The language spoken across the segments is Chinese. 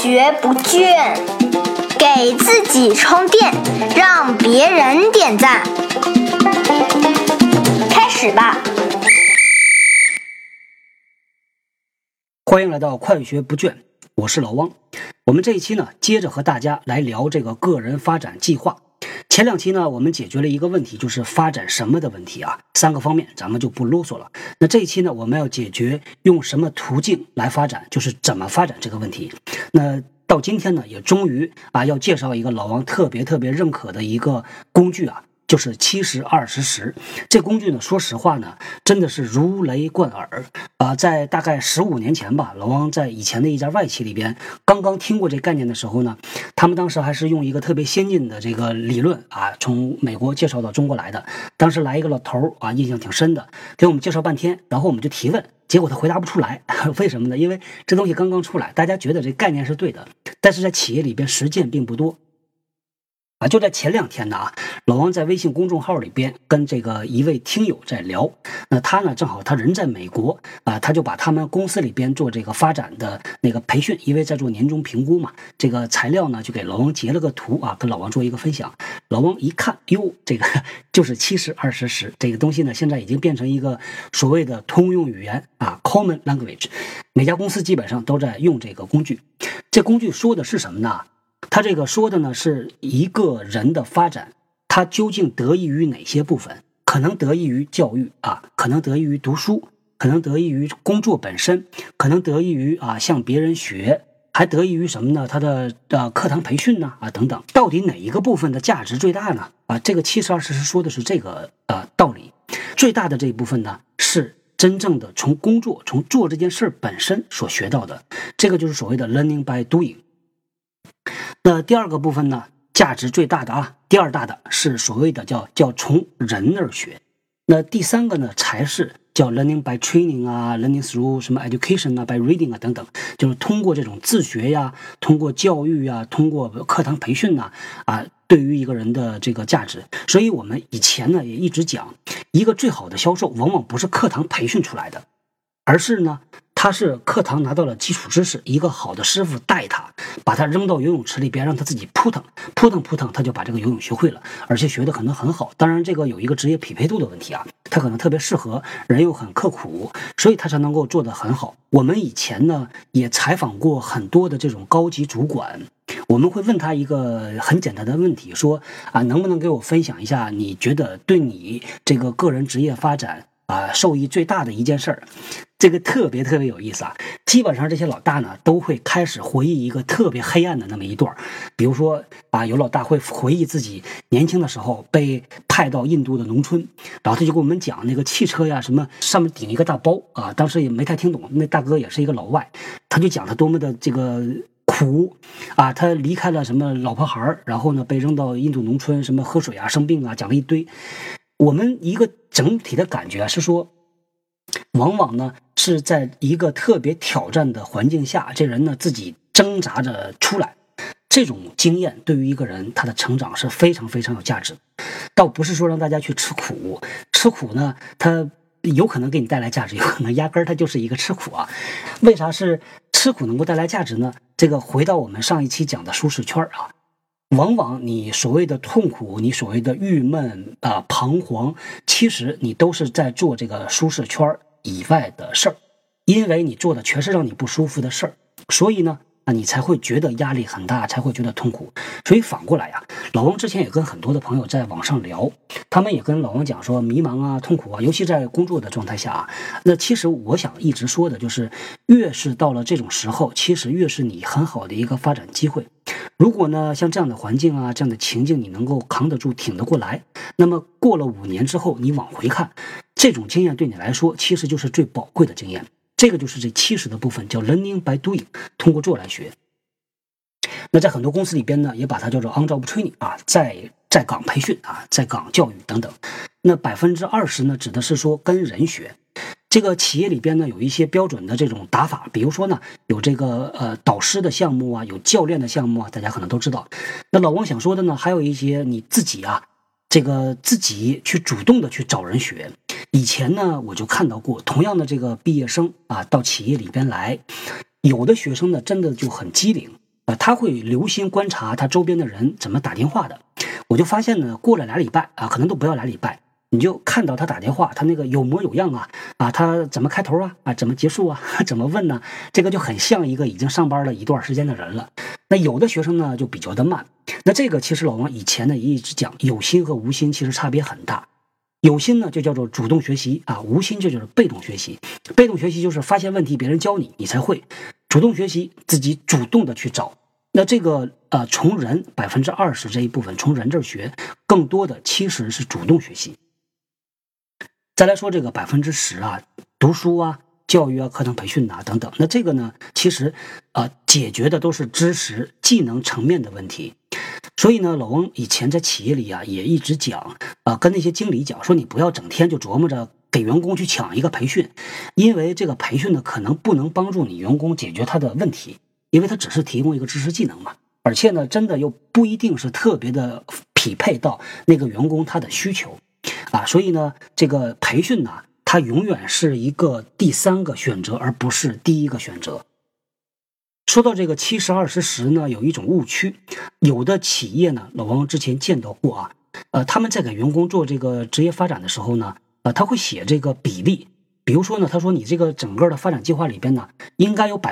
学不倦，给自己充电，让别人点赞。开始吧。 欢迎来到快学不倦，我是老汪。我们这一期呢，接着和大家来聊这个个人发展计划。前两期呢，我们解决了一个问题，就是发展什么的问题啊，3个方面，咱们就不啰嗦了。那这一期呢，我们要解决用什么途径来发展，就是怎么发展这个问题。那到今天呢，也终于要介绍一个老王特别认可的一个工具啊，就是70-20-10。这工具呢，说实话呢，真的是如雷贯耳在大概15年前吧，老王在以前的一家外企里边刚刚听过这概念的时候呢，他们当时还是用一个特别先进的这个理论从美国介绍到中国来的。当时来一个老头印象挺深的，给我们介绍半天，然后我们就提问，结果他回答不出来。为什么呢？因为这东西刚刚出来，大家觉得这概念是对的，但是在企业里边实践并不多。就在前2天呢老王在微信公众号里边跟这个一位听友在聊，那他呢正好他人在美国他就把他们公司里边做这个发展的那个培训，因为在做年终评估嘛，这个材料呢就给老王截了个图跟老王做一个分享。老王一看，哟，这个就是70-20-10这个东西呢，现在已经变成一个所谓的通用语言common language， 每家公司基本上都在用这个工具。这工具说的是什么呢？他这个说的呢是一个人的发展，他究竟得益于哪些部分？可能得益于教育可能得益于读书，可能得益于工作本身，可能得益于向别人学，还得益于什么呢？他的课堂培训呢等等。到底哪一个部分的价值最大呢？这个70-20-10说的是这个道理。最大的这一部分呢是真正的从工作从做这件事本身所学到的，这个就是所谓的 learning by doing。那第二个部分呢，价值最大的第二大的是所谓的叫从人那儿学。那第3个呢才是叫 learning by training learning through 什么 education by reading等等，就是通过这种自学通过教育通过课堂培训对于一个人的这个价值。所以我们以前呢也一直讲，一个最好的销售往往不是课堂培训出来的，而是呢他是课堂拿到了基础知识，一个好的师傅带他，把他扔到游泳池里边，让他自己扑腾，他就把这个游泳学会了，而且学得可能很好。当然这个有一个职业匹配度的问题他可能特别适合，人又很刻苦，所以他才能够做得很好。我们以前呢也采访过很多的这种高级主管，我们会问他一个很简单的问题，说能不能给我分享一下你觉得对你这个个人职业发展受益最大的一件事儿。这个特别有意思基本上这些老大呢都会开始回忆一个特别黑暗的那么一段。比如说有老大会回忆自己年轻的时候被派到印度的农村，然后他就跟我们讲那个汽车什么上面顶一个大包当时也没太听懂，那大哥也是一个老外，他就讲他多么的这个苦他离开了什么老婆孩，然后呢被扔到印度农村，什么喝水生病讲了一堆。我们一个整体的感觉是说，往往呢是在一个特别挑战的环境下，这人呢自己挣扎着出来，这种经验对于一个人他的成长是非常有价值。倒不是说让大家去吃苦，吃苦呢它有可能给你带来价值，有可能压根儿它就是一个吃苦为啥是吃苦能够带来价值呢？这个回到我们上一期讲的舒适圈往往你所谓的痛苦，你所谓的郁闷彷徨，其实你都是在做这个舒适圈以外的事儿，因为你做的全是让你不舒服的事儿，所以呢你才会觉得压力很大，才会觉得痛苦。所以反过来老王之前也跟很多的朋友在网上聊，他们也跟老王讲说迷茫痛苦尤其在工作的状态下那其实我想一直说的就是，越是到了这种时候，其实越是你很好的一个发展机会。如果呢像这样的环境这样的情境你能够扛得住挺得过来，那么过了5年之后你往回看，这种经验对你来说其实就是最宝贵的经验。这个就是这70的部分，叫 learning by doing， 通过做来学。那在很多公司里边呢也把它叫做 on job training在岗培训在岗教育等等。那20%呢指的是说跟人学。这个企业里边呢有一些标准的这种打法，比如说呢有这个导师的项目有教练的项目大家可能都知道。那老王想说的呢还有一些你自己这个自己去主动的去找人学。以前呢我就看到过同样的这个毕业生到企业里边来，有的学生呢真的就很机灵， 他会留心观察他周边的人怎么打电话的。我就发现呢，过了2礼拜可能都不要2礼拜，你就看到他打电话，他那个有模有样他怎么开头怎么结束怎么问呢？这个就很像一个已经上班了一段时间的人了。那有的学生呢就比较的慢，那这个其实老王以前呢也一直讲，有心和无心其实差别很大。有心呢就叫做主动学习无心就就是被动学习。被动学习就是发现问题别人教你才会，主动学习自己主动的去找。那这个从人20%这一部分从人这儿学，更多的其实是主动学习。再来说这个10%读书教育课程培训等等，那这个呢其实解决的都是知识技能层面的问题。所以呢，老王以前在企业里也一直讲跟那些经理讲说，你不要整天就琢磨着给员工去抢一个培训，因为这个培训呢可能不能帮助你员工解决他的问题，因为他只是提供一个知识技能嘛，而且呢真的又不一定是特别的匹配到那个员工他的需求所以呢这个培训呢它永远是一个第3个选择，而不是第1个选择。说到这个70-20-10呢，有一种误区，有的企业呢，老王之前见到过他们在给员工做这个职业发展的时候呢，他会写这个比例，比如说呢，他说你这个整个的发展计划里边呢，应该有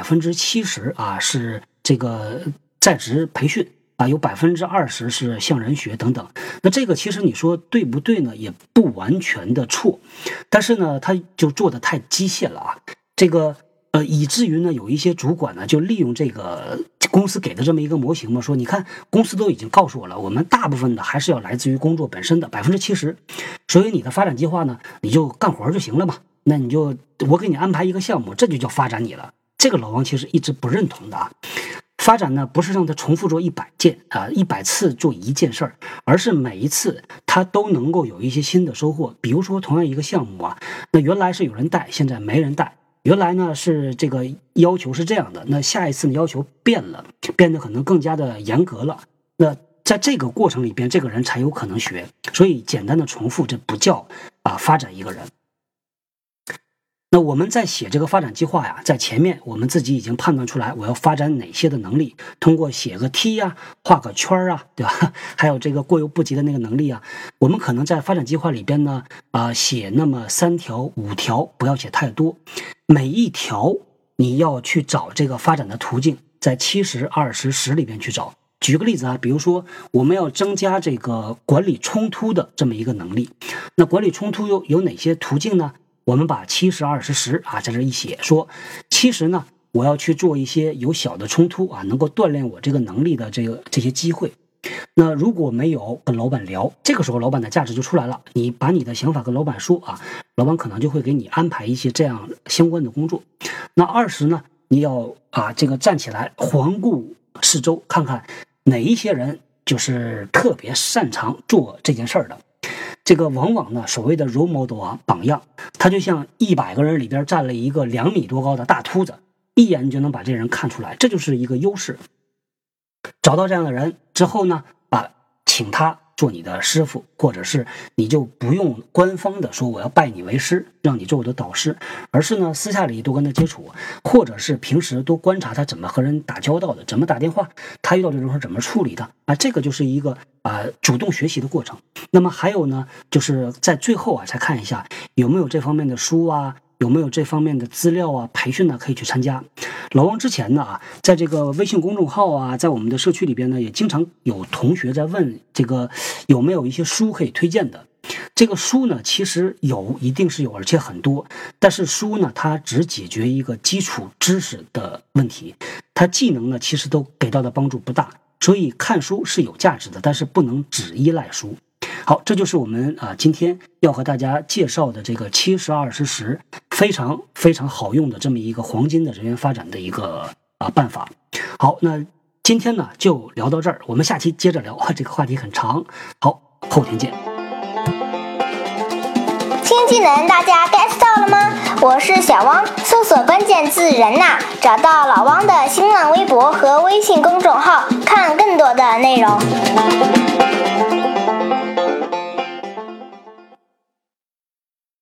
70%是这个在职培训有20%是向人学等等。那这个其实你说对不对呢？也不完全的错，但是呢，他就做的太机械了这个以至于呢，有一些主管呢，就利用这个公司给的这么一个模型嘛，说你看公司都已经告诉我了，我们大部分的还是要来自于工作本身的70%，所以你的发展计划呢，你就干活就行了嘛。那你就我给你安排一个项目，这就叫发展你了。这个老王其实一直不认同的发展呢，不是让他重复做100件100次做一件事儿，而是每一次他都能够有一些新的收获。比如说同样一个项目那原来是有人带，现在没人带。原来呢是这个要求是这样的，那下一次呢要求变了，变得可能更加的严格了。那在这个过程里边，这个人才有可能学。所以简单的重复，这不叫发展一个人。那我们在写这个发展计划在前面我们自己已经判断出来我要发展哪些的能力，通过写个 T 画个圈对吧？还有这个过犹不及的那个能力我们可能在发展计划里边呢写那么3条5条，不要写太多。每一条你要去找这个发展的途径，在70-20-10里边去找。举个例子比如说我们要增加这个管理冲突的这么一个能力，那管理冲突有哪些途径呢？我们把70-20-10在这一写，说70呢，我要去做一些有小的冲突能够锻炼我这个能力的这些机会。那如果没有跟老板聊，这个时候老板的价值就出来了。你把你的想法跟老板说老板可能就会给你安排一些这样相关的工作。那20呢，你要这个站起来环顾四周，看看哪一些人就是特别擅长做这件事儿的。这个往往呢，所谓的 role model 榜样，他就像100个人里边站了一个2米多高的大秃子，一眼就能把这人看出来，这就是一个优势。找到这样的人之后呢，请他做你的师傅，或者是你就不用官方的说我要拜你为师，让你做我的导师，而是呢私下里多跟他接触，或者是平时多观察他怎么和人打交道的，怎么打电话，他遇到这种事怎么处理的这个就是一个主动学习的过程。那么还有呢，就是在最后才看一下有没有这方面的书有没有这方面的资料培训可以去参加。老王之前呢在这个微信公众号在我们的社区里边呢，也经常有同学在问这个有没有一些书可以推荐的。这个书呢其实一定是有，而且很多，但是书呢它只解决一个基础知识的问题，它技能呢其实都给到的帮助不大。所以看书是有价值的，但是不能只依赖书。好，这就是我们今天要和大家介绍的这个70-20-10非常非常好用的这么一个黄金的人员发展的一个办法。好，那今天呢就聊到这儿，我们下期接着聊这个话题很长。好，后天见。 新技能大家 get 到了吗？我是小汪，搜索关键字人找到老汪的新浪微博和微信公众号，看更多的内容。